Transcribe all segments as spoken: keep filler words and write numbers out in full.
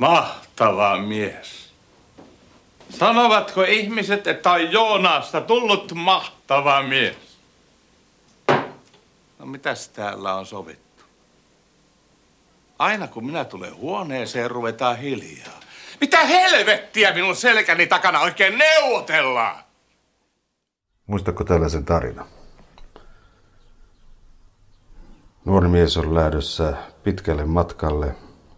Mahtava mies. Sanovatko ihmiset, että on Joonasta tullut mahtava mies? No mitäs täällä on sovittu? Aina kun minä tulen huoneeseen, ruvetaan hiljaa. Mitä helvettiä minun selkäni takana oikein neuvotellaan? Muistatko tällaisen tarinan? Nuori mies on lähdössä pitkälle matkalle.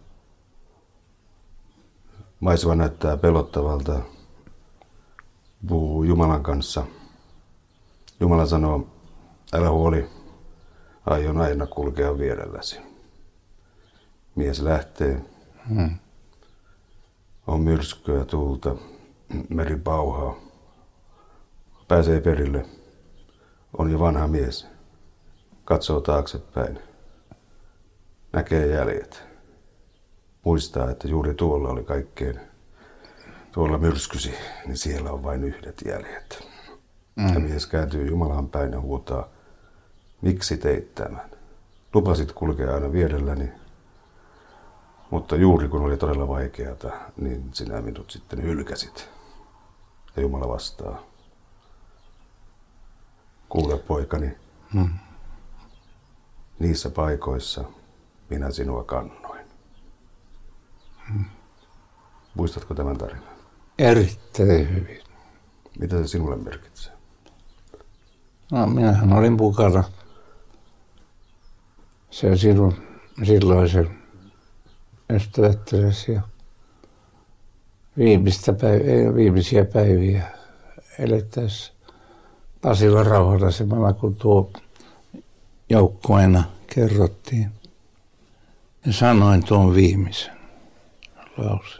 Maisema näyttää pelottavalta. Puhuu Jumalan kanssa. Jumala sanoo, älä huoli, aion aina kulkea vierelläsi. Mies lähtee. Hmm. On myrskyä, tuulta, meri pauhaa. Pääsee perille. On jo vanha mies. Katsoo taaksepäin. Näkee jäljet. Muistaa, että juuri tuolla oli kaikkein, tuolla myrskysi, niin siellä on vain yhdet jäljet. Mm. Ja mies kääntyy Jumalaan päin ja huutaa, miksi teit tämän? Lupasit kulkea aina vierelläni, mutta juuri kun oli todella vaikeata, niin sinä minut sitten hylkäsit. Ja Jumala vastaa, kuule poikani, mm. niissä paikoissa minä sinua kannoin. Hmm. Muistatko tämän tarinan? Erittäin hyvin. Mitä se sinulle merkitsee? No, minähän olin mukana se sinun silloisen ystävättäräsi ja viimeistä päiv- viimeisiä päiviä elettäessä Pasilan rauhanasemalla, kun tuo joukkueena kerrottiin. Ja sanoin tuon viimeisen lause.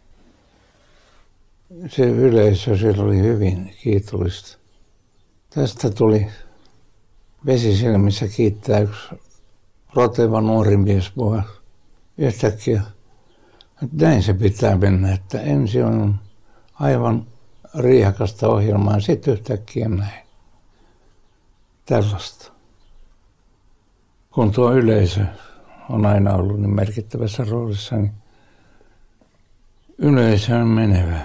Se yleisö siellä oli hyvin kiitollista. Tästä tuli vesisilmissä kiittää yksi roteva nuori mies mua yhtäkkiä. Että näin se pitää mennä, että ensin on aivan riihakasta ohjelmaa, sitten yhtäkkiä näin. Tällaista. Kun tuo yleisö on aina ollut niin merkittävässä roolissa, niin yleisö on menevä.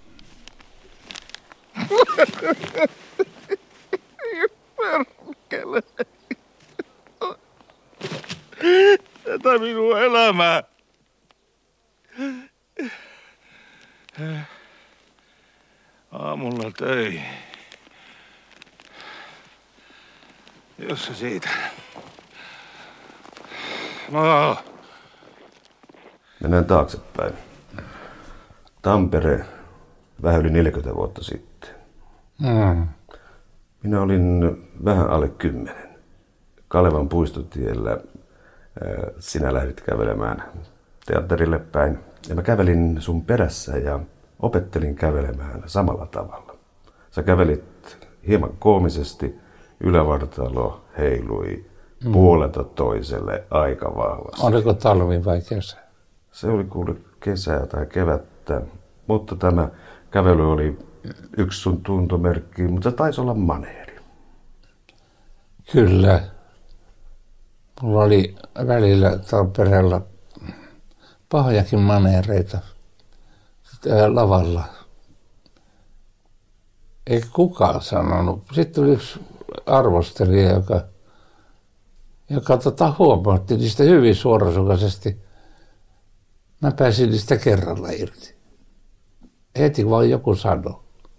Perkele. Tätä minun elämää. Aamulla töihin. Jos se siitä. No. Mennään taaksepäin. Tampere, vähän yli neljäkymmentä vuotta sitten. Mm. Minä olin vähän alle kymmenen. Kalevan puistotiellä sinä lähdit kävelemään teatterille päin. Ja mä kävelin sun perässä ja opettelin kävelemään samalla tavalla. Sä kävelit hieman koomisesti, ylävartalo heilui mm. puolelta toiselle aika vahvasti. Oliko talvi vai kesä? Se oli kuule kesää tai kevättä, mutta tämä kävely oli yksi sun tuntomerkki, mutta se taisi olla maneeri. Kyllä. Mulla oli välillä Tampereella pahojakin maneereita lavalla. Eikä kukaan sanonut. Sitten oli yksi arvostelija, joka, joka tota, huomautti niistä hyvin suorasukaisesti. Mä pääsin niistä kerralla irti. Heti vaan joku sanoi.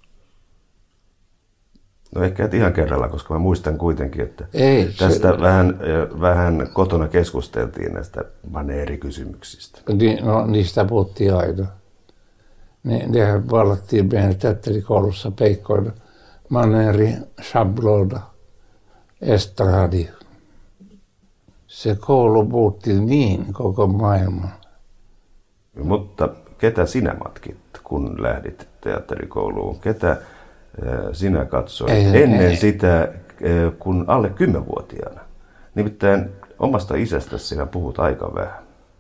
No ehkä et ihan kerralla, koska mä muistan kuitenkin, että Ei, tästä se... vähän, vähän kotona keskusteltiin näistä maneerikysymyksistä. Ni, no, niistä puhuttiin aina. Ne, nehän vallattiin meidän teatterikoulussa peikkoina. Maneeri, shabloona, estradi. Se koulu muutti niin koko maailman. Mutta ketä sinä matkit, kun lähdit teatterikouluun? Ketä sinä katsoit ei, ennen ei. sitä, kun alle kymmenvuotiaana? Nimittäin omasta isästäsi sinä puhut aika vähän.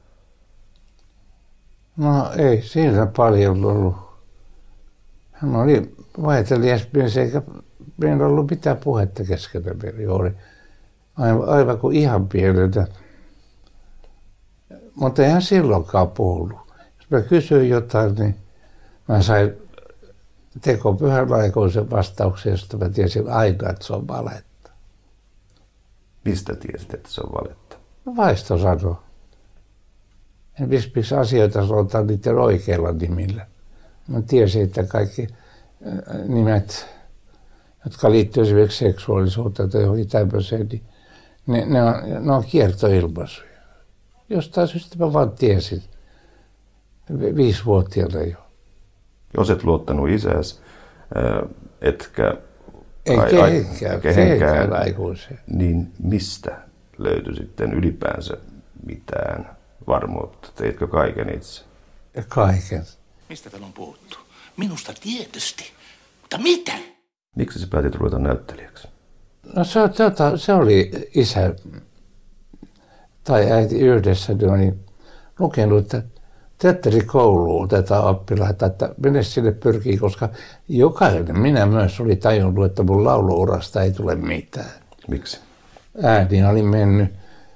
No ei siinä paljon ollut. Hän oli vaitelias mies, eikä meillä ollut mitään puhetta keskenämme. Oli aivan, aivan kuin ihan pienenä. Mutta eihän silloinkaan puhunut. Jos mä kysyin jotain, niin mä sain tekopyhän aikuisen vastauksen, josta mä tiesin aina, että se on valetta. Mistä tiesit, että se on valetta? No vaisto sanoo. En miksi asioita sanotaan niiden oikeilla nimillä. Mä tiesin, että kaikki nimet, jotka liittyy esimerkiksi seksuaalisuuteen tai johonkin tämmöiseen, niin ne, ne, on, ne on kiertoilmaisuja. Jostain syystä mä vaan tiesin. Viisivuotiaana jo. Jos et luottanut isäsi, etkä ei ai, kehenkään, kehenkään aikuiseen, niin mistä löytyi sitten ylipäänsä mitään varmuutta? Teitkö kaiken itse? Kaiken. Mistä täällä on puhuttu? Minusta tietysti. Mutta mitä? Miksi sä päätit ruveta näyttelijäksi? No se, tota, se oli isä tai äiti yhdessä, niin oli lukenut, että teatterikouluun otetaan oppilaita, että mene sinne pyrkii, koska jokainen, minä myös, oli tajunnut, että mun lauluurasta ei tule mitään. Miksi? Ääni oli mennyt.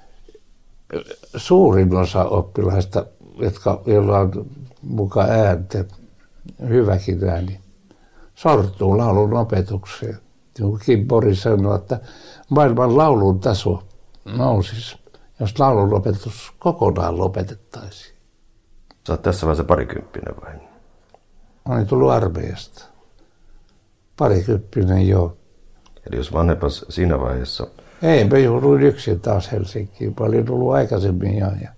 Suurin osa oppilaista, jotka, joilla on mukaan ääntä, hyväkin ääni, sortuu laulun opetukseen. Kim Boris sanoi, että maailman laulun taso nousisi, jos laulun opetus kokonaan lopetettaisiin. Sä oot tässä vaiheessa parikymppinen vai? Olen tullut armeijasta. Parikymppinen joo. Eli jos vanhempas siinä vaiheessa... Ei, mä jouduin yksin taas Helsinkiin. Mä olin tullut aikaisemmin ja... ja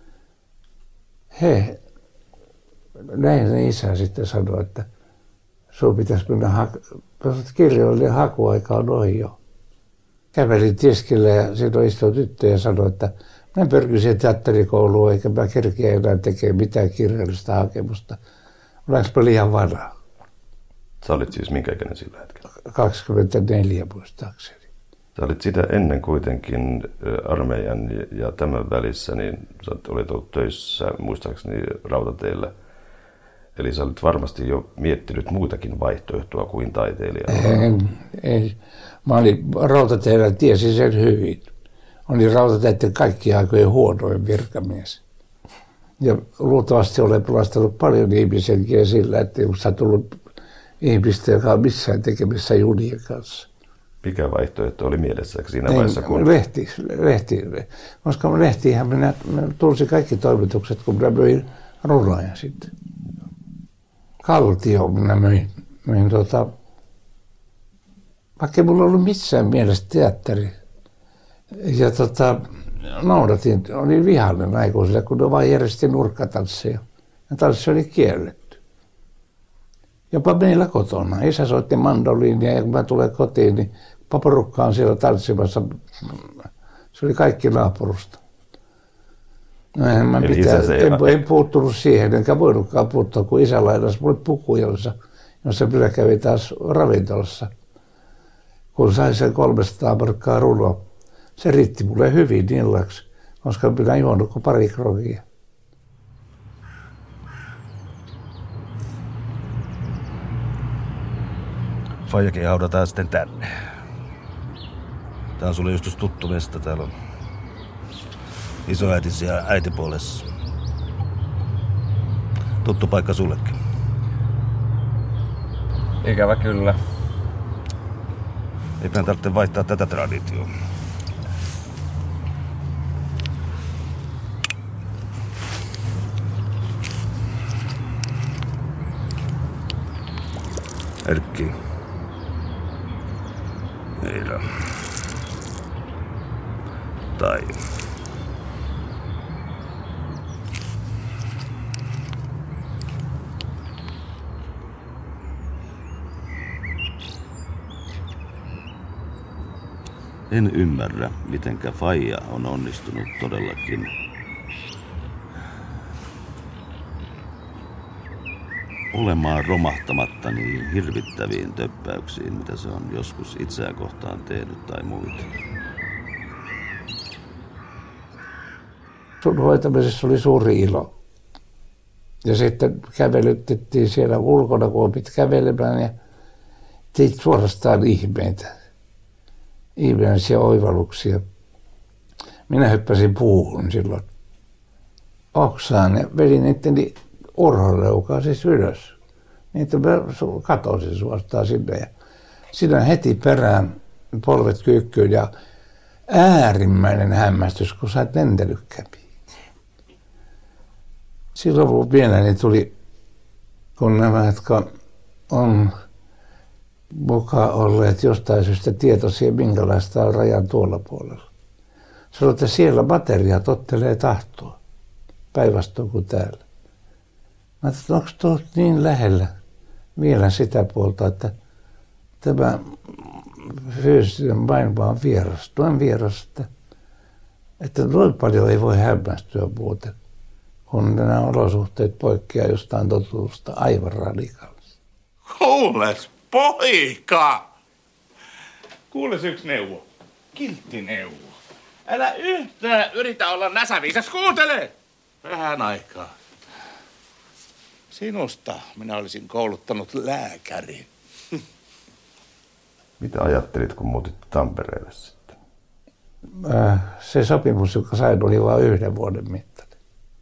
he, näin isä sitten sanoi, että sun pitäisi mennä hakemaan. Kirjoillinen hakuaika on ohi jo. Kävelin tiskille ja siinä istui tyttö ja sanoi, että mä pyrkisin teatterikouluun eikä mä kerkiä enää tekemään mitään kirjallista hakemusta. Olenko mä liian vanha? Sä olit siis minkä ikäinen sillä hetkellä? kaksikymmentäneljä muistaakseni. Sä olit sitä ennen kuitenkin armeijan ja tämän välissä, niin sä olit ollut töissä muistaakseni rautateillä. Eli sä olit varmasti jo miettinyt muitakin vaihtoehtoa kuin taiteilijaa. En, ei. Mä olin rautateillä, tiesin sen hyvin. Olin rautateiden kaikkien aikojen huonoin virkamies. Ja luultavasti olen pelastanut paljon ihmisiäkin sillä, että ei musta tullut ihmistä, joka on missään tekemissä junien kanssa. Mikä vaihtoehto oli mielessä siinä ei, vaiheessa? Kun... Lehti, lehti, koska lehtiinhän minä, minä tunsin kaikki toimitukset, kun minä myin runoja sitten. Kaltio minä myin, myin tota, vaikka ei mulla ollut missään mielessä teatteri. Ja tota, noudatin, olin vihainen aikuisille, kun ne vain järjesti nurkkatansseja. Ja tanssi oli kielletty. Jopa meillä kotona. Isä soitti mandoliinia ja kun mä tulen kotiin, niin paporukka on siellä tanssimassa. Se oli kaikki naapurusta. No en mä mitään, en, en puuttunut siihen, enkä voinutkaan puuttua, kun isä lainasi mulle pukujonsa, jossa minä kävin taas ravintolassa. Kun sain sen kolmesataa markkaa runoa, se riitti mulle hyvin illaksi, koska minä juonut kuin pari krogia. Faijakin haudataan sitten tänne. Tää on sulle just tuttu mesta, täällä on isoäitisi ja äitipuolessa. Tuttu paikka sullekin. Ikävä kyllä. Eipä tarvitse vaihtaa tätä traditioa. Erkki. Eira. Tai. En ymmärrä, mitenkä faija on onnistunut todellakin olemaan romahtamatta niin hirvittäviin töppäyksiin, mitä se on joskus itseään kohtaan tehnyt tai muita. Sun hoitamisessa oli suuri ilo. Ja sitten kävelytettiin siellä ulkona, kun opit kävelemään ja teit suorastaan ihmeitä. Ihmeellisiä oivalluksia. Minä hyppäsin puuhun silloin oksaan ja vedin itteni Urho leukaa siis ylös. Niin että mä katosin suorastaan sinne ja siinä heti perään polvet kyykkyyn ja äärimmäinen hämmästys, kun sä et lentellyt käpi. Silloin kun pieneni tuli, kun nämä, jotka on mukaan olleet jostain syystä tietoisia, minkälaista on rajan tuolla puolella. Sanoin, että siellä materiaa tottelee tahtoa, päinvastoin kuin täällä. Mä ajattelin, että onko tuo niin lähellä vielä sitä puolta, että tämä fyysinen maailma on vieras, noin vieras, että, että noin paljon ei voi hämmästyä muuten, kun nämä olosuhteet poikkeaa jostain totuusta aivan radikaalisesti. Kuules, poika! Kuules yksi neuvo. Kiltti neuvo. Älä yhtään yritä olla näsäviisas. Kuuntele! Vähän aikaa. Sinusta minä olisin kouluttanut lääkärin. Mitä ajattelit, kun muutit Tampereelle sitten? Se sopimus, joka sain, oli vain yhden vuoden mittainen.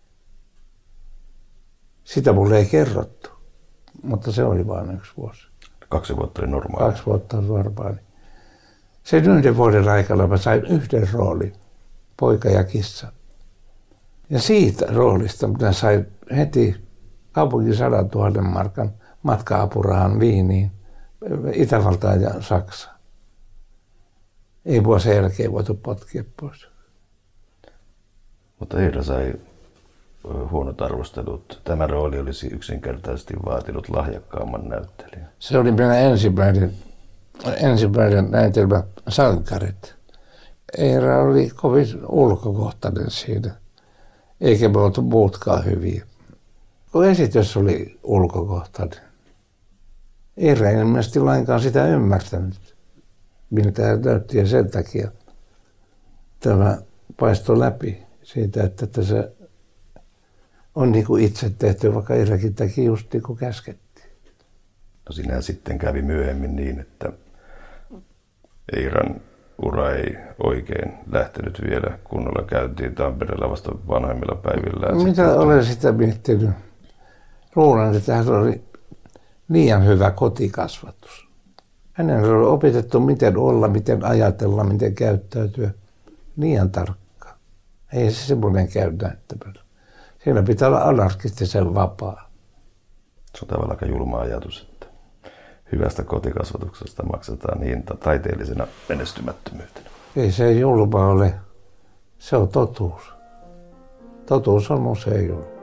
Sitä mulle ei kerrottu, mutta se oli vain yksi vuosi. Kaksi vuotta oli normaali. Kaksi vuotta oli normaali. Sen yhden vuoden aikana mä sain yhden roolin, poika ja kissa. Ja siitä roolista minä sain heti kaupungin sadantuhannen markan matka-apurahan Viiniin, Itävaltaan ja Saksaan. Ei mua sen jälkeen voitu potkia pois. Mutta Eira sai huonot arvostelut. Tämä rooli olisi yksinkertaisesti vaatinut lahjakkaamman näyttelijän. Se oli meidän ensimmäinen, ensimmäinen näytelmä Sankarit. Eira oli kovin ulkokohtainen siinä, eikä me oltu muutkaan hyviä. Kun esitys oli ulkokohtainen, Eira ei ilmeisesti lainkaan sitä ymmärtänyt, miltä hän näytti, ja sen takia tämä paistoi läpi siitä, että tässä on niin kuin itse tehty, vaikka Eirakin teki just niin kuin käskettiin. No sinähän sitten kävi myöhemmin niin, että Eiran ura ei oikein lähtenyt vielä kunnolla. Käytiin Tampereella vasta vanhemmilla päivillä. Mitä sitten olen sitä miettinyt? Luulen, että hän oli liian hyvä kotikasvatus. Hänen oli opetettu, miten olla, miten ajatella, miten käyttäytyä. Liian tarkka. Ei se semmoinen käy näyttämällä. Siinä pitää olla anarkistisen vapaa. Se on tavallaan aika julma ajatus, että hyvästä kotikasvatuksesta maksetaan hinta taiteellisena menestymättömyytenä. Ei se julma ole. Se on totuus. Totuus on usein julma.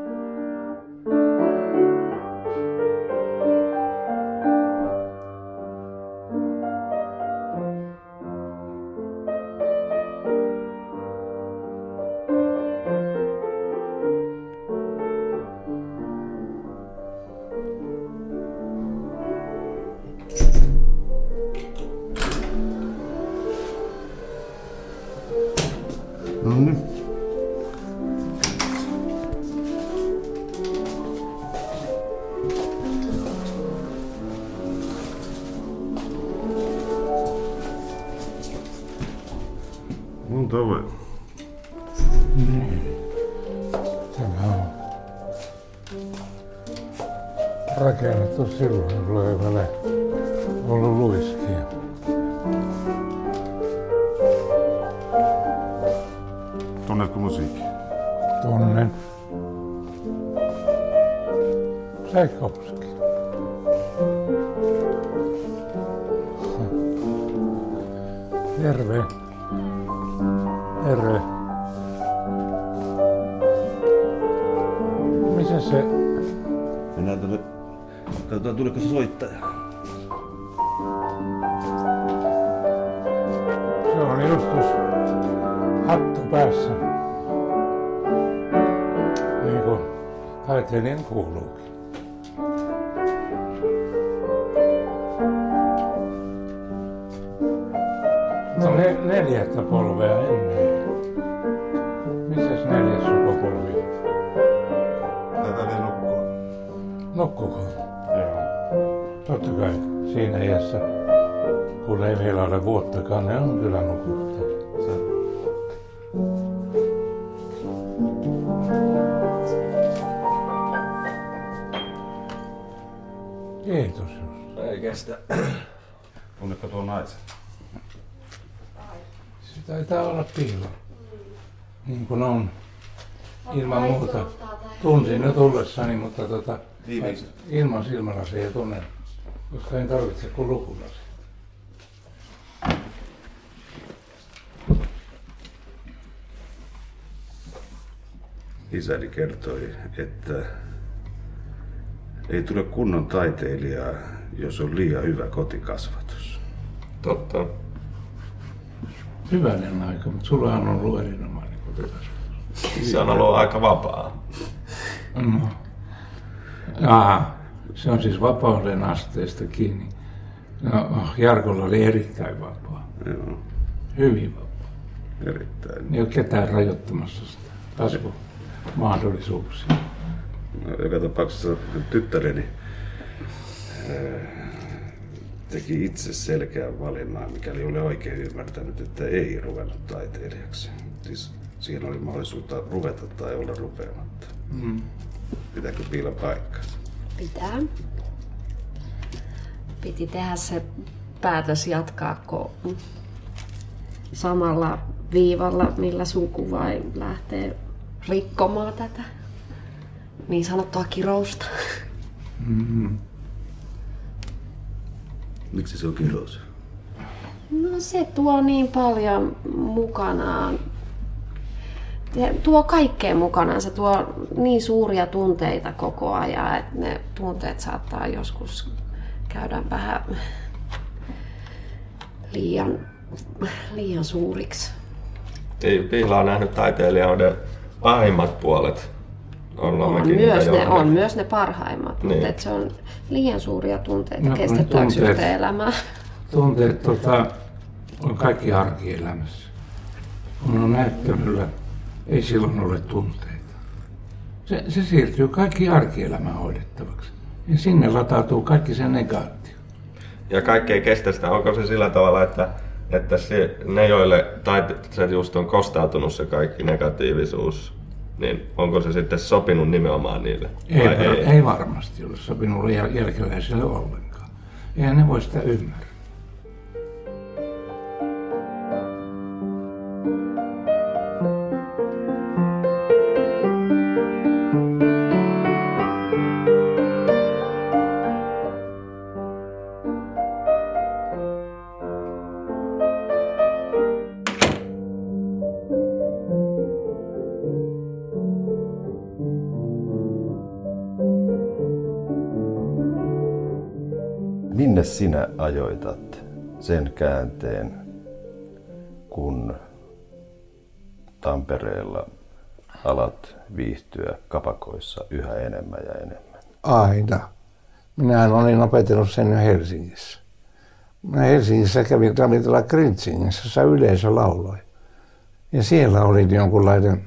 Mm. Mun tavoin. Niin. Tämä on rakennettu silloin, kun ei ole ollut luiskia. Tunnetko musiikkia? Tunnen. Tchaikovsky. Terve. Terve. Missä se? Mennään tuonne. Katsotaan, tuleeko se soittaja. Se on justus hattu päässä. Niin kuin taiteilijan kuuluukin. No ne, neljättä polvea ennen. Missäs neljäs sukupolvi? Tätä ne nukkuu. Nukkuko? Joo. Totta kai siinä iässä, kun ei vielä ole vuottakaan, ne on kyllä nukuttaa. Kiitos. Ei kestä. Tunnetko tuon naisen? Se taitaa olla piilo. Niin kuin on. Ilman muuta. Tunsin jo tullessani, mutta tota, ilman silmälasia tunnen, koska en tarvitse kuin lukulasia. Isäni kertoi, että ei tule kunnon taiteilijaa, jos on liian hyvä kotikasvatus. Totta. Hyvänen aika, mutta sulla on ollut erinomainen kotikasvatus. Se on ollut aika vapaa. No. Aha, se on siis vapauden asteesta kiinni. No, Jarkolla oli erittäin vapaa. Joo, Hyvin vapaa. erittäin. Ei ole ketään rajoittamassa sitä kasvumahdollisuuksia. No, joka tapauksessa tyttäreni ää, teki itse selkeän valinnan, mikäli oli oikein ymmärtänyt, että ei ruvennut taiteilijaksi. Siis siihen oli mahdollisuutta ruveta tai olla rupeamatta. Mm. Pitääkö piila paikkansa? Pitää. Piti tehdä se päätös jatkaa koulun samalla viivalla, millä suku vai lähtee rikkomaan tätä niin sanottua kirousta. Mm-hmm. Miksi se on kirous? No se tuo niin paljon mukanaan. Se tuo kaikkea mukanaan. Se tuo niin suuria tunteita koko ajan, että ne tunteet saattaa joskus käydä vähän liian, liian suuriksi. Piila on nähnyt taiteilijoiden pahimmat puolet. On myös, ne, on myös ne parhaimmat, niin. Mutta se on liian suuria tunteita no, kestetäänkö yhteen elämää. Tunteet tota, on kaikki arkielämässä. Kun on näyttämöllä, ei silloin ole tunteita. Se, se siirtyy kaikki arkielämän hoidettavaksi. Ja sinne latautuu kaikki se negaatio. Ja kaikki ei kestä sitä. Onko se sillä tavalla, että, että se, ne joille tai se just on kostautunut se kaikki negatiivisuus, niin onko se sitten sopinut nimenomaan niille? Ei, ei? ei varmasti ole sopinut jälkeläisille ollenkaan. Eihän ne voi sitä ymmärtää. Minne sinä ajoitat sen käänteen, kun Tampereella alat viihtyä kapakoissa yhä enemmän ja enemmän? Aina. Minähän olin opetellut sen jo Helsingissä. Minä Helsingissä kävin ravintola Grinzingissä, jossa yleisö lauloi. Ja siellä oli jonkunlainen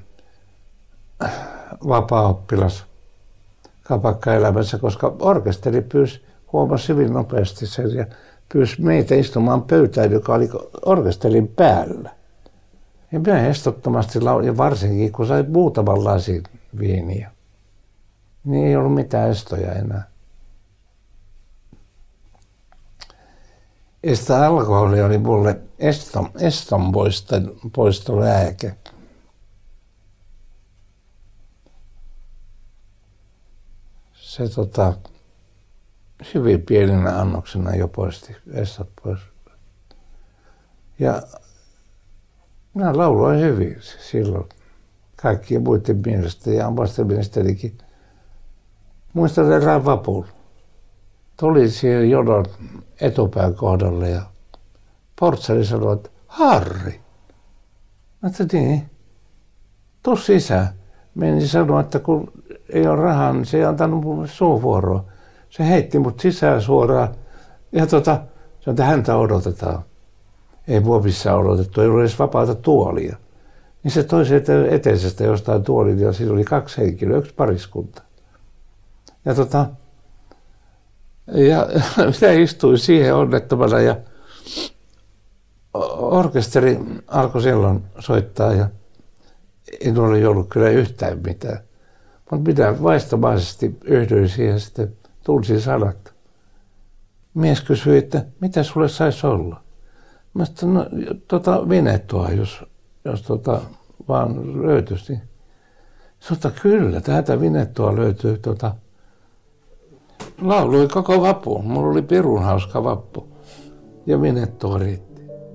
vapaa-oppilas kapakkaelämässä, koska orkesteri pyysi, huomasi hyvin nopeasti sen ja pyysi meitä istumaan pöytään, joka oli orkesterin päällä. Ja minä estottomasti lauloin, ja varsinkin kun sai muutaman lasin viiniä, niin ei ollut mitään estoja enää. Ja sitä alkoholia oli mulle eston, eston poistolääke. Se tota, hyvin pienenä annoksena jo poisti estot pois. Ja minä lauloin hyvin silloin kaikkien muiden mielestä ja omasta mielestänikin. Muistan erään vapun. Tuli siihen jonon etupään kohdalle ja portsari sanoi, että Harri. Mä ajattelin, niin, tuu sisään. Menin sanoa, että kun ei ole rahaa, niin se ei antanut mulle suuvuoroa. Se heitti mut sisään suoraan ja tota, sanoi, että häntä odotetaan. Ei mua missään odotettu, ei ollut edes vapaata tuolia. Niin se toi sieltä eteisestä jostain tuolin ja siinä oli kaksi henkilöä, yksi pariskunta. Ja tota, ja minä istuin siihen onnettomana ja orkesteri alkoi silloin soittaa ja en ole ollut kyllä yhtään mitään. Mutta minä vaistomaisesti yhdyin siihen sitten, tunsin sanat. mies kysyi, että mitä sulle saisi olla? Mä sanoin, no tota vinettua, jos, jos tota vaan löytyisi. Sanoin, kyllä, täältä vinettua löytyy tota. Laului koko vappu. Mulla oli pirun hauska vappu. Ja vinettua riitti.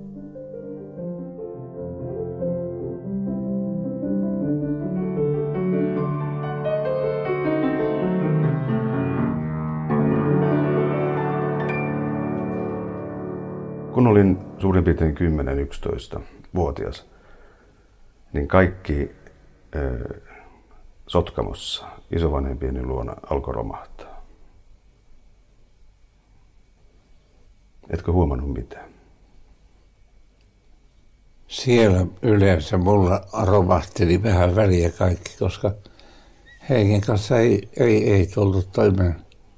Kun olin suurin piirtein kymmenen yksitoista vuotias, niin kaikki äh, Sotkamossa isovanhempieni luona alkoi romahtaa. Etkö huomannut mitään? Siellä yleensä mulla romahteli vähän väliä kaikki, koska Heikin kanssa ei, ei, ei tullut toimeen.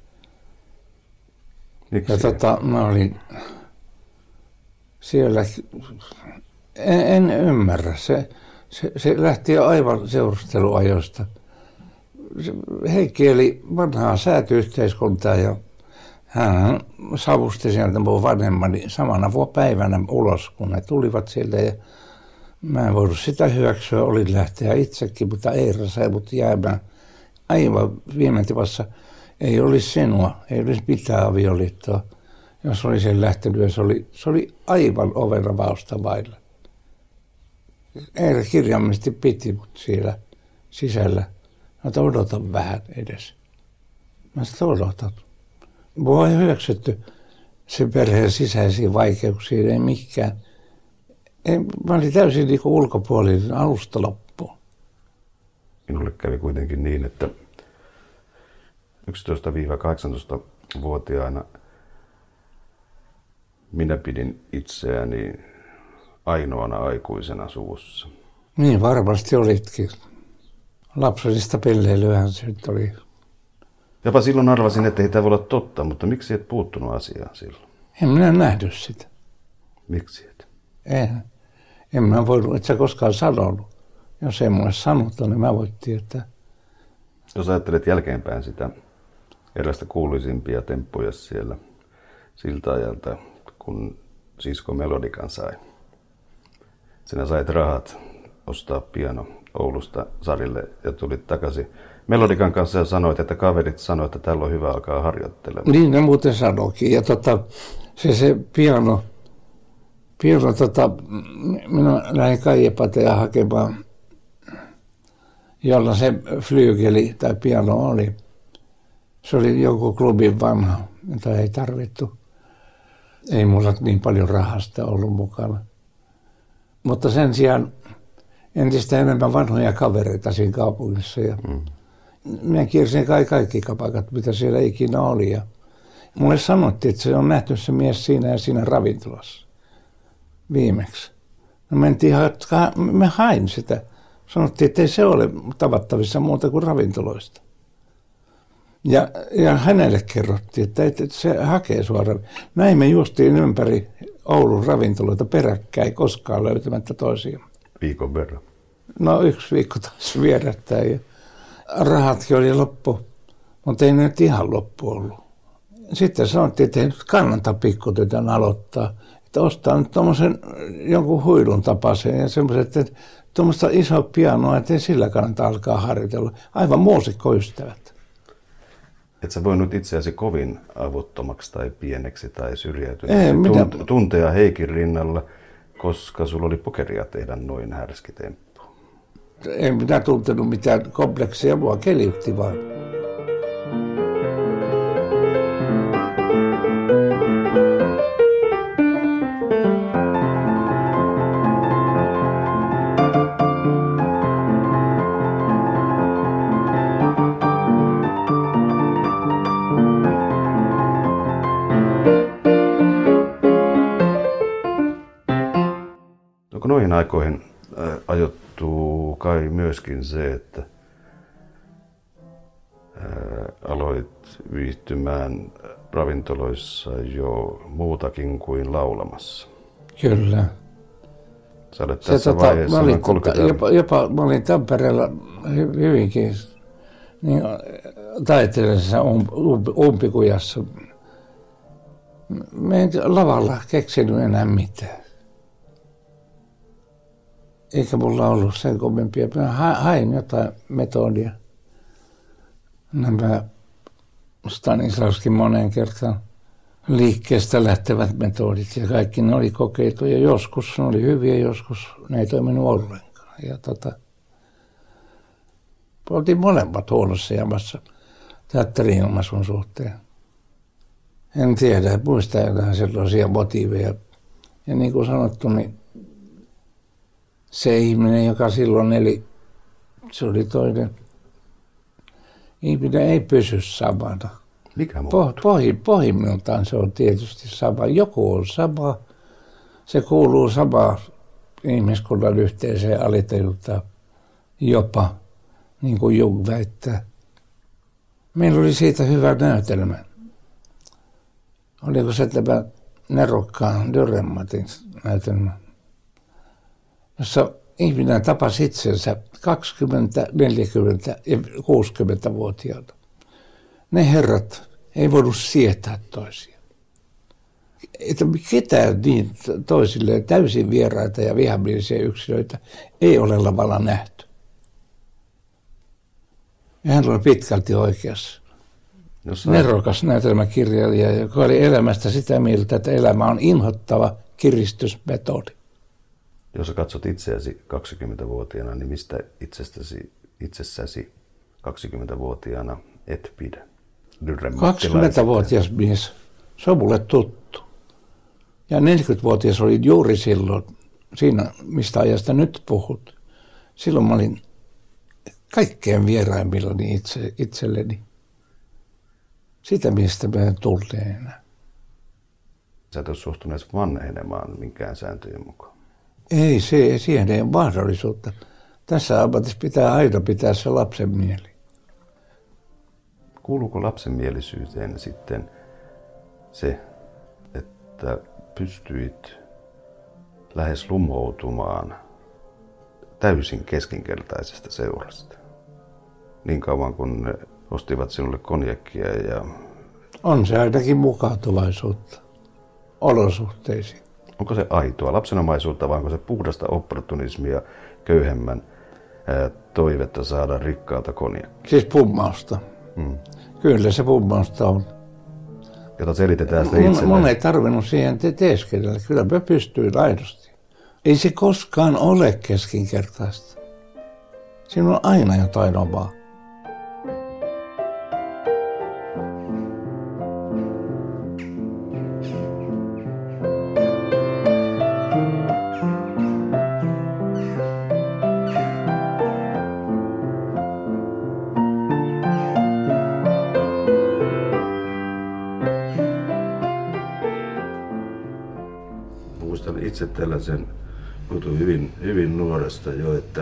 Miksi? Ja tota, mä olin siellä, en, en ymmärrä, se, se, se lähti jo aivan seurusteluajoista. Heikki eli vanhaa säätyyhteiskuntaa ja hän savusti sieltä mun vanhemmani samana päivänä ulos, kun ne tulivat sieltä. Ja mä en voinut sitä hyväksyä, olin lähteä itsekin, mutta Eira sai mut jäämään aivan viime tipassa. Ei olisi sinua, ei olisi mitään avioliittoa. Jos olisin lähtenyt, se oli, se oli aivan ovenavausta vailla. Eira kirjaimellisesti piti mut siellä sisällä. Mä odotan vähän edes. Mä sitä odotan. Mua ei hyväksytty sen perheen sisäisiin vaikeuksiin, ei mikään. Ei, mä olin täysin niin kuin ulkopuolinen alusta loppuun. Minulle kävi kuitenkin niin, että yksitoista kahdeksantoista-vuotiaana minä pidin itseäni ainoana aikuisena suvussa. Niin varmasti olitkin. Lapsellista pelleilyähän se nyt oli. Jopa silloin arvasin, että ei tämä voi olla totta, mutta miksi et puuttunut asiaan silloin? En minä nähnyt sitä. Miksi et? En. En minä voinut, et sä koskaan sanonut. Jos ei mulle sanottu, niin mä voin tietää. Jos ajattelet jälkeenpäin sitä erästä kuuluisimpia temppuja siellä siltä ajalta, kun sisko Melodikan sai. Sinä sait rahat ostaa piano Oulusta Sarille ja tulit takaisin Melodikan kanssa ja sanoit, että kaverit sanoivat, että tällä on hyvä alkaa harjoittelemaan. Niin ne muuten sanoikin. Ja tota, se, se piano, piano tota, minä lähdin Kaijepatea hakemaan, jolla se flyygeli tai piano oli. Se oli joku klubin vanha, jota ei tarvittu. Ei mulla niin paljon rahasta ollut mukana. Mutta sen sijaan entistä enemmän vanhoja kavereita siinä kaupungissa. Ja mm. minä kiersin kaikki, kaikki kapakat, mitä siellä ikinä oli. Ja mulle sanottiin, että se on nähty se mies siinä ja siinä ravintolassa viimeksi. No mentiin, me hain sitä. Sanottiin, että ei se ole tavattavissa muuta kuin ravintoloista. Ja, ja hänelle kerrottiin, että, että se hakee suoraan. Näin me juostiin ympäri Oulun ravintoloita peräkkäin, koskaan löytämättä toisiaan. Viikon verran. No yksi viikko taas vierättäin. Ja rahatkin oli loppu, mutta ei ne nyt ihan loppu ollut. Sitten sanottiin, että ei nyt kannata pikkutytön aloittaa. Että ostaa nyt tuommoisen jonkun huilun tapaisen ja semmoiset, että tuommoista isoa pianoa, että ei sillä kannata alkaa harjoitella. Aivan muusikkoystävät. Et sä voinut itseäsi kovin avuttomaksi tai pieneksi tai syrjäytyneeksi Tunt- tuntea Heikin rinnalla, koska sulla oli pokeria tehdä noin härski temppu. En minä tuntenut mitään kompleksia, mua keliutti vaan. Noihin aikoihin ajoittuu kai myöskin se, että ää, aloit viihtymään ravintoloissa jo muutakin kuin laulamassa. Kyllä. Sä olet tässä tota, vaiheessa olin, kolmekymmentä... jopa, jopa mä olin Tampereella hyvinkin niin, taiteellisessa umpikujassa. Mä en lavalla keksinyt enää mitään. Eikä mulla ollut sen kommempia. Mä hain jotain metodia. Nämä Stanislavskin monen kertaan liikkeestä lähtevät metodit ja kaikki ne oli kokeiltu. Ja joskus ne oli hyviä, joskus ne ei toiminut ollenkaan. Ja tota, oltiin molemmat huonossa jamassa teatteri-ilmaisun suhteen. En tiedä, muista enää sellaisia motiiveja. Ja niin kuin sanottu, niin se ihminen, joka silloin eli, se oli toinen. Ihminen ei pysy samana. Mikä muuttuu? Pohj- pohjimmiltaan se on tietysti sama. Joku on sama. Se kuuluu samaan ihmiskunnan yhteiseen alitajuntaan jopa, niin kuin Jung väittää. Meillä oli siitä hyvä näytelmä. Oliko se tämä nerokkaan Dürrenmattin näytelmä, jossa ihminen tapasi itsensä kaksikymmentä, neljäkymmentä ja kuusikymmentävuotiaana. Ne herrat ei voinut sietää toisia. Että ketään niin toisilleen täysin vieraita ja vihamielisiä yksilöitä ei ole lavalla nähty. Ja hän oli pitkälti oikeassa. Jossain... Nerokas näytelmäkirjailija, joka oli elämästä sitä mieltä, että elämä on inhottava kiristysmetodi. Jos katsot itseäsi kaksikymmentävuotiaana, niin mistä itsestäsi, itsessäsi kaksikymmentävuotiaana et pidä? kaksikymmentävuotias mies, se on mulle tuttu. Ja neljäkymmentävuotias olin juuri silloin, siinä mistä ajasta nyt puhut. Silloin mä olin kaikkein vieraimmillani itse, itselleni. Sitä miestä mä en tunne enää. Sä et ole suhtuneet vanhenemaan minkään sääntöjen mukaan. Ei, se, siihen ei ole mahdollisuutta. Tässä ammatissa pitää aina pitää se lapsen mieli. Kuuluuko lapsenmielisyyteen sitten se, että pystyit lähes lumoutumaan täysin keskinkertaisesta seurasta? Niin kauan kun ne ostivat sinulle konjakkia ja... On se ainakin mukautuvaisuutta olosuhteisiin. Onko se aitoa lapsenomaisuutta vai onko se puhdasta opportunismia, köyhemmän ää, toivetta saada rikkaalta konjakkia? Siis pummausta. Hmm. Kyllä se pummausta on. Jota selitetään sitä itselleen. Mun ei tarvinnut siihen te- teeskennellä. Kyllä mä pystyin aidosti. Ei se koskaan ole keskinkertaista. Siinä on aina jotain omaa. Itse tällaisen jutun hyvin, hyvin nuoresta jo, että,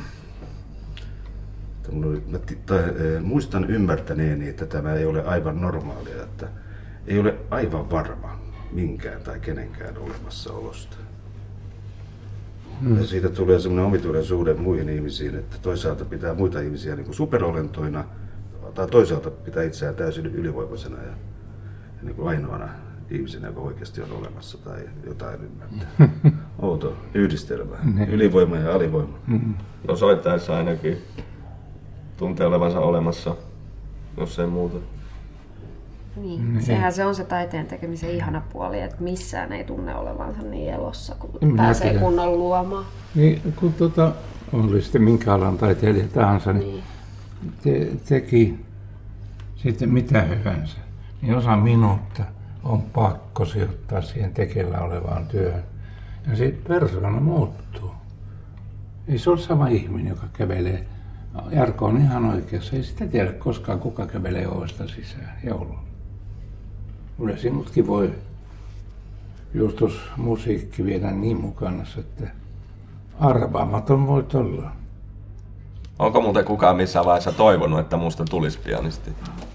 että oli, mä t- tai, e, muistan ymmärtäneeni, että tämä ei ole aivan normaalia, että ei ole aivan varma minkään tai kenenkään olemassaolosta. Hmm. Ja siitä tulee semmoinen omituinen suhde muihin ihmisiin, että toisaalta pitää muita ihmisiä niin kuin superolentoina, tai toisaalta pitää itseään täysin ylivoimaisena ja, ja niin kuin ainoana ihmisenä, joka oikeasti on olemassa tai jotain ymmärtää. Outo yhdistelmä. Ylivoima ja alivoima. No soittaessa ainakin tuntee olevansa olemassa, jos ei muuta. Niin, mm. sehän se on se taiteen tekemisen ihana puoli, että missään ei tunne olevansa niin elossa, kun Minä pääsee tiedän. kunnon luomaan. Niin, kun tota, oli sitten minkä alan taiteilija tahansa, niin, niin. Te, teki sitten mitä hyvänsä, niin osa minuutta on pakko sijoittaa siihen tekeillä olevaan työhön. Ja sitten persoona muuttuu. Ei se ole sama ihminen, joka kävelee. Jarkko on ihan oikeassa. Ei sitä tiedä koskaan, kuka kävelee ovesta sisään joulun. Kyllä sinutkin voi justus musiikki viedä niin mukana, että arvaamaton voit olla. Onko muuten kukaan missään vaiheessa toivonut, että musta tulisi pianisti?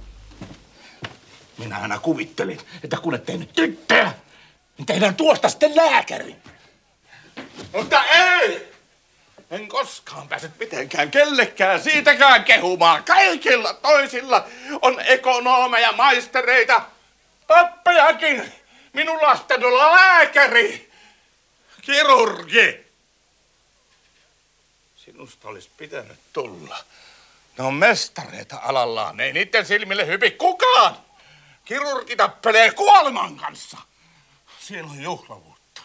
Minä aina kuvittelin, että kun et tehnyt tyttöä, niin tehdään tuosta sitten lääkärin. Mutta ei! En koskaan pääse mitenkään kellekään siitäkään kehumaan. Kaikilla toisilla on ekonomeja, maistereita, pappejakin. Minulla on olla lääkäri, kirurgi. Sinusta olisi pitänyt tulla. Ne on mestareita alallaan, ei niiden silmille hypi kukaan. Kirurgi tappelee kuoleman kanssa. Siellä on juhlavuutta.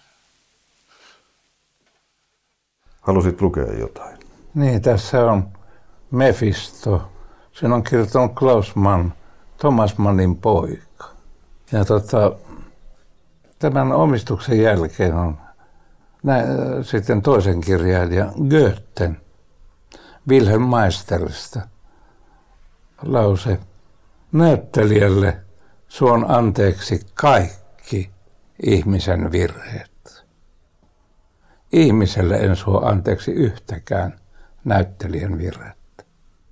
Halusit lukea jotain? Niin, tässä on Mephisto. Sen on kirjoittanut Klaus Mann, Thomas Mannin poika. Ja tota, tämän omistuksen jälkeen on nä, sitten toisen kirjailijan Goethen, Wilhelm Meisteristä lause. Näyttelijälle suon anteeksi kaikki ihmisen virheet. Ihmiselle en suo anteeksi yhtäkään näyttelijän virhettä.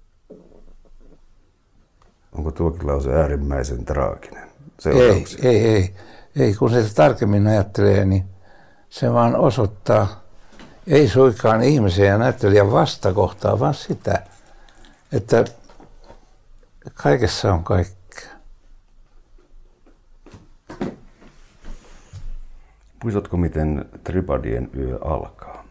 Onko tuokin lause äärimmäisen traaginen? Ei, ei, ei. Ei, kun se tarkemmin ajattelee, niin se vaan osoittaa, ei suinkaan ihmisen ja näyttelijän vastakohtaa, vaan sitä, että kaikessa on kaikkea. Muistatko, miten Tribadien yö alkaa?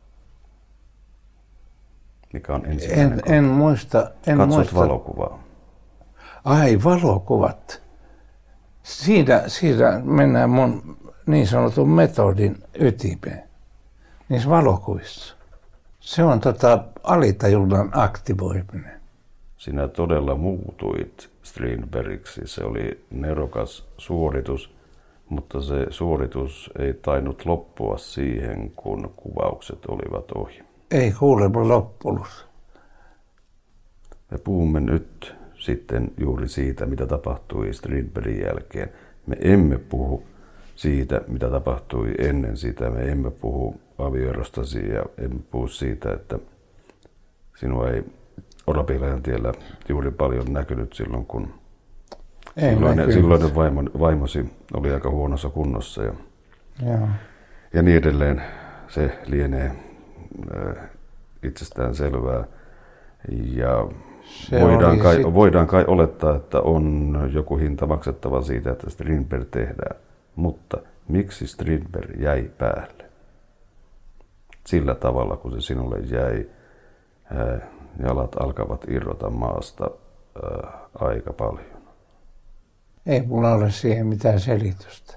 Mikä on ensimmäinen? En, en muista. En Katsot muista. valokuvaa. Ai, valokuvat. Siinä, siinä mennään mun niin sanotun metodin ytimeen. Niissä valokuvissa. Se on tota alitajunnan aktivoiminen. Sinä todella muutuit Strindbergiksi. Se oli nerokas suoritus, mutta se suoritus ei tainnut loppua siihen, kun kuvaukset olivat ohi. Ei kuulemma loppunut. Me puhumme nyt sitten juuri siitä, mitä tapahtui Strindbergin jälkeen. Me emme puhu siitä, mitä tapahtui ennen sitä. Me emme puhu avioerostasi ja emme puhu siitä, että sinua ei Orapiilajan tiellä juuri paljon näkynyt silloin, kun Ei silloinen, silloinen vaimo, vaimosi oli aika huonossa kunnossa. Ja, Joo. ja niin edelleen. Se lienee äh, itsestään selvää. Ja voidaan kai, sit... voidaan kai olettaa, että on joku hinta maksettava siitä, että Strindberg tehdään. Mutta miksi Strindberg jäi päälle? Sillä tavalla, kun se sinulle jäi, äh, jalat alkavat irrota maasta äh, aika paljon. Ei mulla ole siihen mitään selitystä.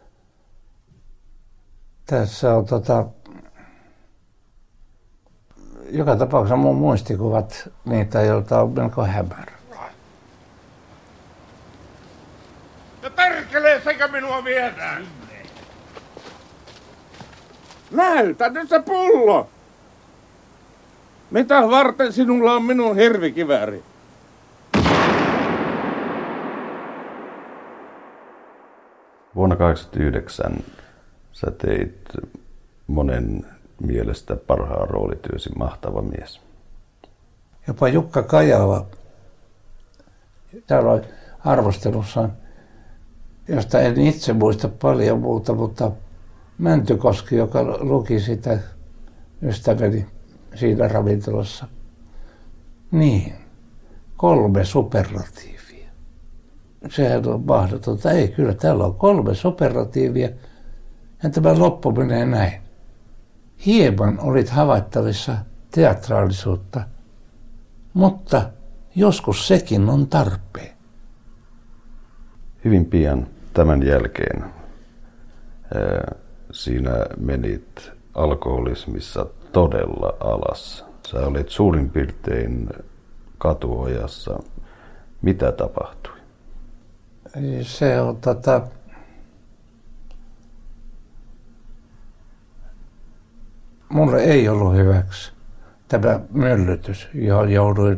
Tässä on tota... Joka tapauksessa mun muistikuvat, niitä joilta on melko hämärä. Ja perkelee sekä minua viedään. Näytä nyt se pullo! Mitä varten sinulla on minun hirvikivääri? Vuonna tuhatyhdeksänsataakahdeksankymmentäyhdeksän sä teit monen mielestä parhaan roolityösi Mahtava mies. Jopa Jukka Kajala täällä arvostelussaan, josta en itse muista paljon muuta, mutta Mäntykoski, joka luki sitä ystäväni siinä ravintolassa. Niin, kolme superlatiivia. Sehän on mahdotonta. Ei, kyllä täällä on kolme superlatiivia ja tämä loppu menee näin. Hieman olit havaittavissa teatraalisuutta, mutta joskus sekin on tarpeen. Hyvin pian tämän jälkeen ää, sinä menit alkoholismissa todella alas. Sä olit suurin piirtein katuojassa. Mitä tapahtui? Se on tota... Mulle ei ollut hyväksi tämä myllytys, johon jouduin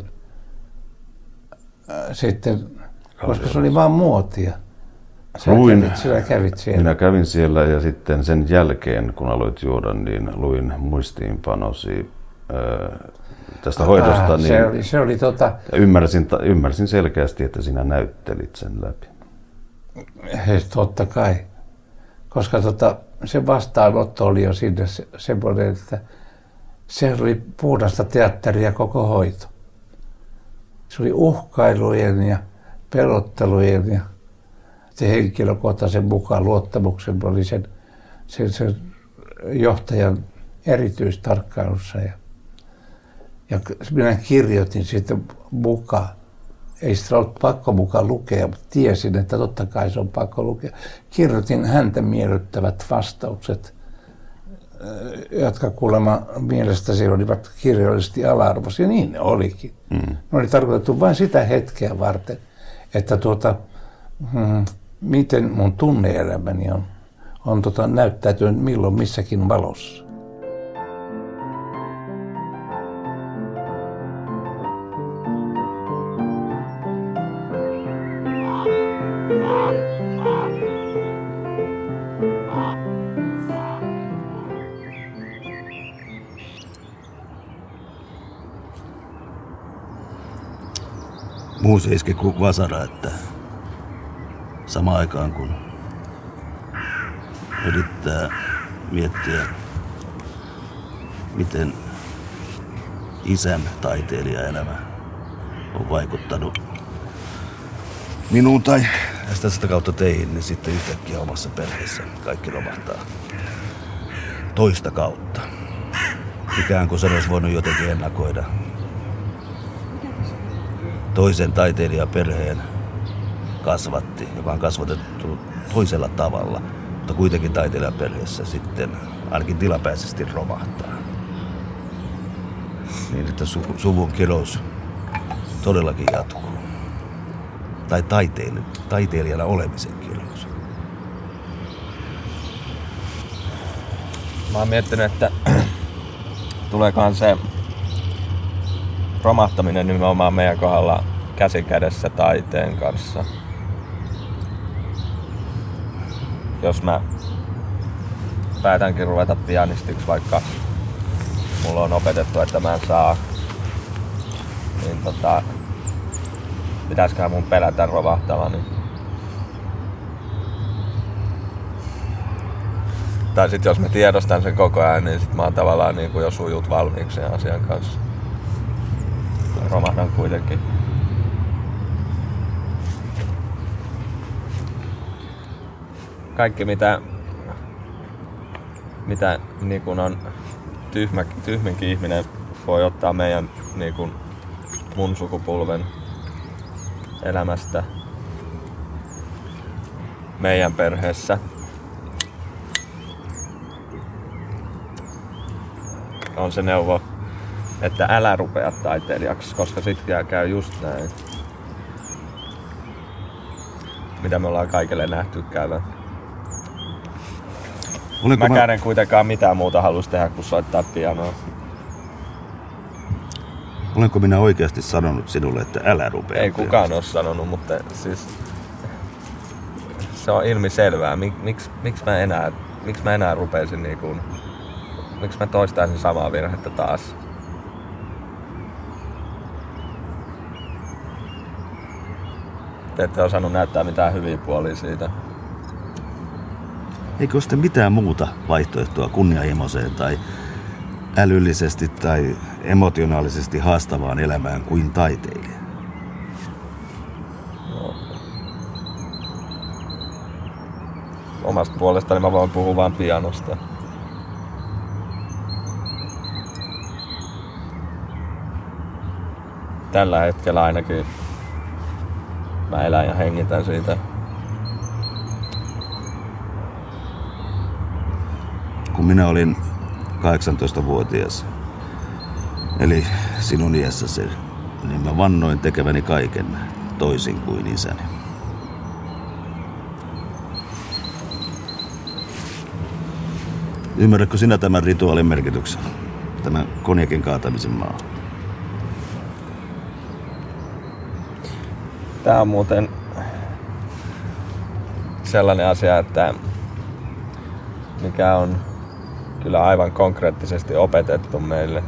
äh, sitten, koska se oli vaan muotia. Sä luin, kävit, sinä kävit siellä. Minä kävin siellä ja sitten sen jälkeen, kun aloit juoda, niin luin muistiinpanosi äh, tästä ah, hoidosta. Niin se oli, se oli tota... ymmärsin, ymmärsin selkeästi, että sinä näyttelit sen läpi. Hei, totta kai. Koska tota, se vastaanotto oli jo sinne se, semmoinen, että se oli puhdasta teatteria koko hoito. Se oli uhkailujen ja pelottelujen ja se henkilökohtaisen mukaan luottamuksen oli sen, sen, sen johtajan erityistarkkailussa. Ja, ja minä kirjoitin sitten mukaan. Ei sitä ollut pakko mukaan lukea, mutta tiesin, että totta kai se on pakko lukea. Kirjoitin häntä miellyttävät vastaukset, jotka kuulemma mielestäsi olivat kirjallisesti ala-arvoisia. Niin ne olikin. Mm. Ne oli tarkoitettu vain sitä hetkeä varten, että tuota, hmm, miten mun tunne-elämäni on, on tota, näyttäytynyt milloin missäkin valossa. Muu se iski kuin vasara, että samaan aikaan kun yrittää miettiä, miten isän taiteilijaelämä on vaikuttanut minuun tai sitä kautta teihin, niin sitten yhtäkkiä omassa perheessä kaikki romahtaa toista kautta. Ikään kuin sen olisi voinut jotenkin ennakoida. Toisen taiteilijaperheen kasvatti, joka on kasvatettu toisella tavalla, mutta kuitenkin taiteilijaperheessä sitten ainakin tilapäisesti romahtaa. Niin, että su- suvun kirous todellakin jatkuu. Tai taiteil- taiteilijana olemisen kirous. Mä oon miettinyt, että tuleekohan se romahtaminen nimenomaan meidän kohdalla käsi kädessä taiteen kanssa. Jos mä päätänkin ruveta pianistiksi, vaikka mulla on opetettu, että mä en saa, niin tota, pitäisiköhän mun pelätä romahtavani. Tai sit jos mä tiedostan sen koko ajan, niin sit mä oon tavallaan niin kuin jo sujut valmiiksi sen asian kanssa. Romahdan kuitenkin. Kaikki mitä, mitä niin kun on tyhmä, tyhminkin ihminen voi ottaa meidän niin kun mun sukupolven elämästä meidän perheessä. On se neuvo, että älä rupea taiteilijaksi, koska sitten käy just näin. Mitä me ollaan kaikille nähty käyvän. Oliko mä en kuitenkaan mitään muuta halus tehdä kuin soittaa pianoa. Olenko minä oikeasti sanonut sinulle, että älä rupea? Ei kukaan ole sanonut, mutta siis se on ilmiselvää. Mik, miksi, miksi mä enää, miksi mä enää rupeisin niin kuin, miksi mä toistaisin samaa virhettä taas? Te ette osannut näyttää mitään hyviä puolia siitä. Eikö ole sitten mitään muuta vaihtoehtoa kunnianhimoiseen tai älyllisesti tai emotionaalisesti haastavaan elämään kuin taiteilija? No. Omasta puolestani mä voin puhua vain pianosta. Tällä hetkellä ainakin mä elän ja hengitän siitä. Kun minä olin kahdeksantoistavuotias, eli sinun iässäsi, niin mä vannoin tekeväni kaiken toisin kuin isäni. Ymmärrätkö sinä tämän rituaalin merkityksen, tämän konjakin kaatamisen maahan? Tää on muuten sellainen asia, että mikä on kyllä aivan konkreettisesti opetettu meille.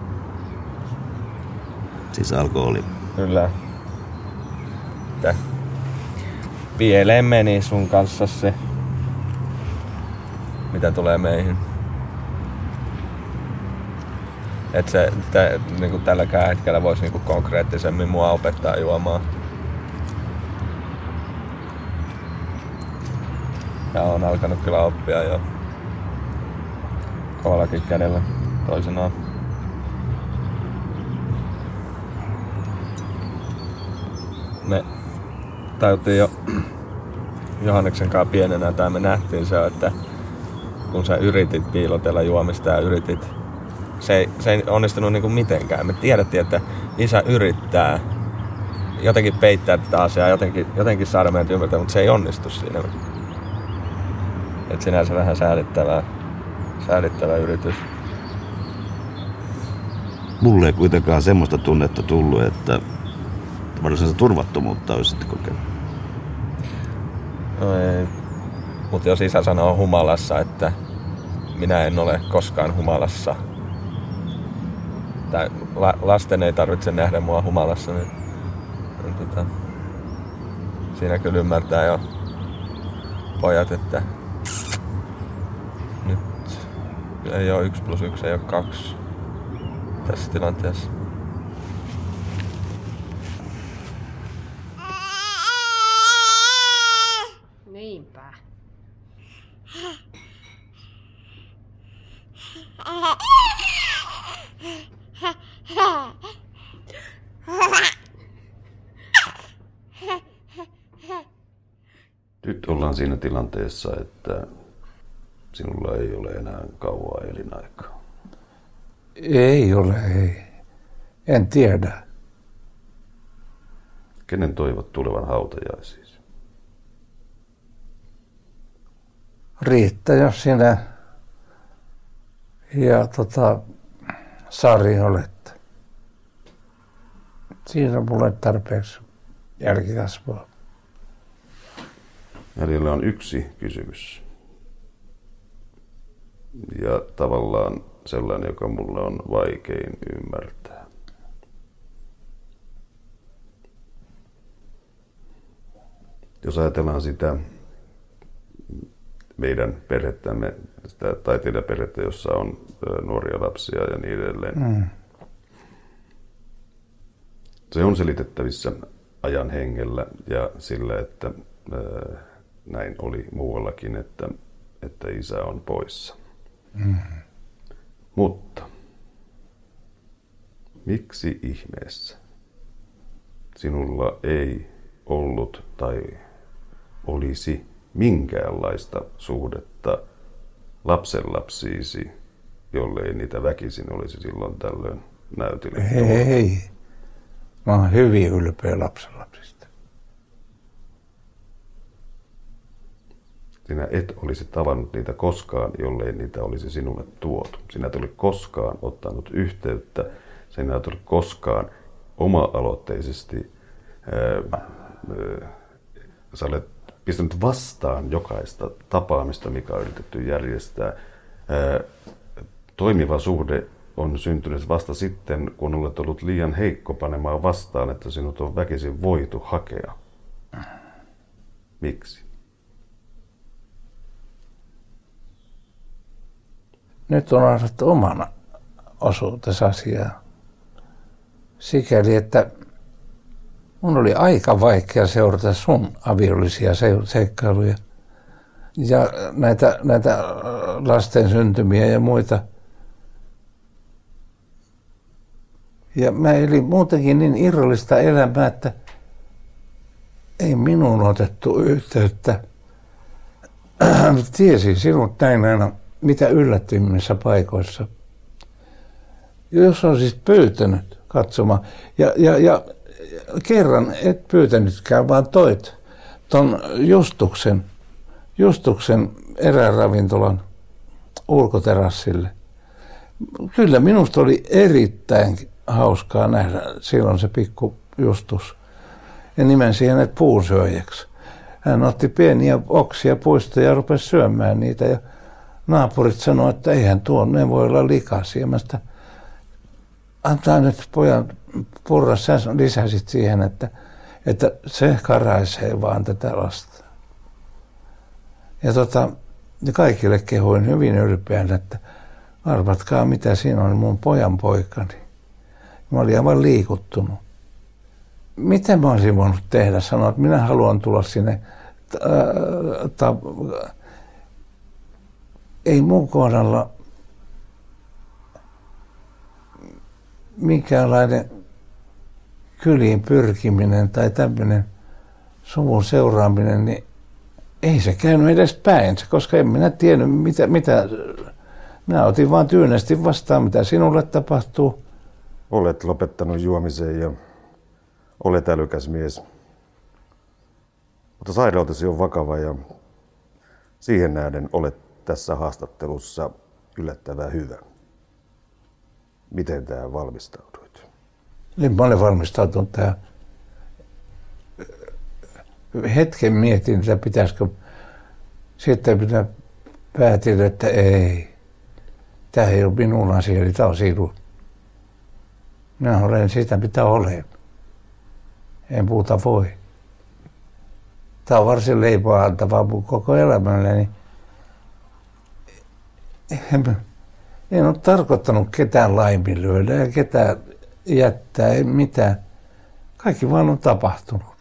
Siis alkoholi. Kyllä. Että pieleen meni sun kanssa se, mitä tulee meihin. Et se te, niinku tälläkään hetkellä voisi niinku konkreettisemmin mua opettaa juomaan. Ja on alkanut kyllä oppia jo kovallakin kädellä toisenaan. Me tajuttiin jo Johanneksen kanssa pienenä, tai me nähtiin se, että kun sä yritit piilotella juomista ja yritit, se ei, se ei onnistunut niinku mitenkään. Me tiedettiin, että isä yrittää jotenkin peittää tätä asiaa, jotenkin, jotenkin saada meidät ymmärtää, mutta se ei onnistu siinä. Et sinänsä vähän säälittävä, säälittävä yritys. Mulle ei kuitenkaan semmoista tunnetta tullut, että varsinaista turvattomuutta olisitte kokenut. No ei. Mutta jos isä sanoo humalassa, että minä en ole koskaan humalassa, tai la, lasten ei tarvitse nähdä mua humalassa, niin, niin tota, siinä kyllä ymmärtää jo pojat, että nyt ei ole yksi plus yksi, ei ole kaksi tässä tilanteessa. Niinpä. Nyt ollaan siinä tilanteessa, että sinulla ei ole enää kauaa elinaikaa. Ei ole, ei. En tiedä. Kenen toivot tulevan hautajaisiin? Riitta, jos sinä ja tota, Sari olette. Siinä on mulle tarpeeksi jälkikasvua. Jäljellä on yksi kysymys. Ja tavallaan sellainen, joka mulle on vaikein ymmärtää. Jos ajatellaan sitä meidän perhettämme, sitä taiteilijaperhettä, jossa on nuoria lapsia ja niin edelleen. Mm. Se on selitettävissä ajan hengellä ja sillä, että ää, näin oli muuallakin, että, että isä on poissa. Mm. Mutta miksi ihmeessä sinulla ei ollut tai olisi minkäänlaista suhdetta lapsenlapsiisi, jollei niitä väkisin olisi silloin tällöin näytille? Ei. Mä oon hyvin ylpeä lapsenlapsista. Sinä et olisi tavannut niitä koskaan, jollei niitä olisi sinulle tuotu. Sinä et ole koskaan ottanut yhteyttä. Sinä et ole koskaan oma-aloitteisesti ää, ää, sä olet pistänyt vastaan jokaista tapaamista, mikä on yritetty järjestää. Ää, toimiva suhde on syntynyt vasta sitten, kun olet ollut liian heikko panemaan vastaan, että sinut on väkisin voitu hakea. Miksi? Nyt on asettu oman osuutensa asiaa. Sikäli, että mun oli aika vaikea seurata sun aviollisia seikkailuja ja näitä, näitä lasten syntymiä ja muita. Ja mä elin muutenkin niin irrallista elämää, että ei minuun otettu yhteyttä. Tiesin sinut näin aina mitä yllättymmissä paikoissa. Jos on siis pyytänyt katsomaan ja, ja, ja kerran et pyytänytkään, vaan toit ton Justuksen, Justuksen eräravintolan ulkoterassille. Kyllä minusta oli erittäin hauskaa nähdä silloin se pikku Justus. Ja nimensi hänet puusyöjäksi. Hän otti pieniä oksia puista ja rupesi syömään niitä. Ja naapurit sanoivat, että eihän tuo, ne voi olla likaisia. Mä sitä, antaa nyt pojan purra, sä lisäsit siihen, että, että se karaisee vaan tätä lasta. Ja, tota, ja kaikille kehuin hyvin ylpeänä, että arvatkaa mitä siinä on mun pojan poikani. Mä olin aivan liikuttunut. Mitä mä olisin voinut tehdä? Sanoin, että minä haluan tulla sinne ta- ta- ei mun kohdalla minkäänlainen kyliin pyrkiminen tai tämmöinen suvun seuraaminen, niin ei se käynyt edes päinsä, koska en minä tiennyt, mitä, mitä minä otin vaan tyynesti vastaan, mitä sinulle tapahtuu. Olet lopettanut juomisen ja olet älykäs mies. Mutta sairautesi on vakava ja siihen nähden olet tässä haastattelussa yllättävän hyvä. Miten tähän valmistauduit? Niin mä olen valmistautunut tähän. Hetken mietin, että pitäisikö. Sitten minä päätin, että ei. Tämä ei ole minun asiani, tämä on sinun. Minä olen sitä, mitä olen. En puhuta voi. Tämä on varsin leipää antavaa mun koko elämälleni. En, en ole tarkoittanut ketään laiminlyödä ja ketään jättää, ei mitään. Kaikki vaan on tapahtunut.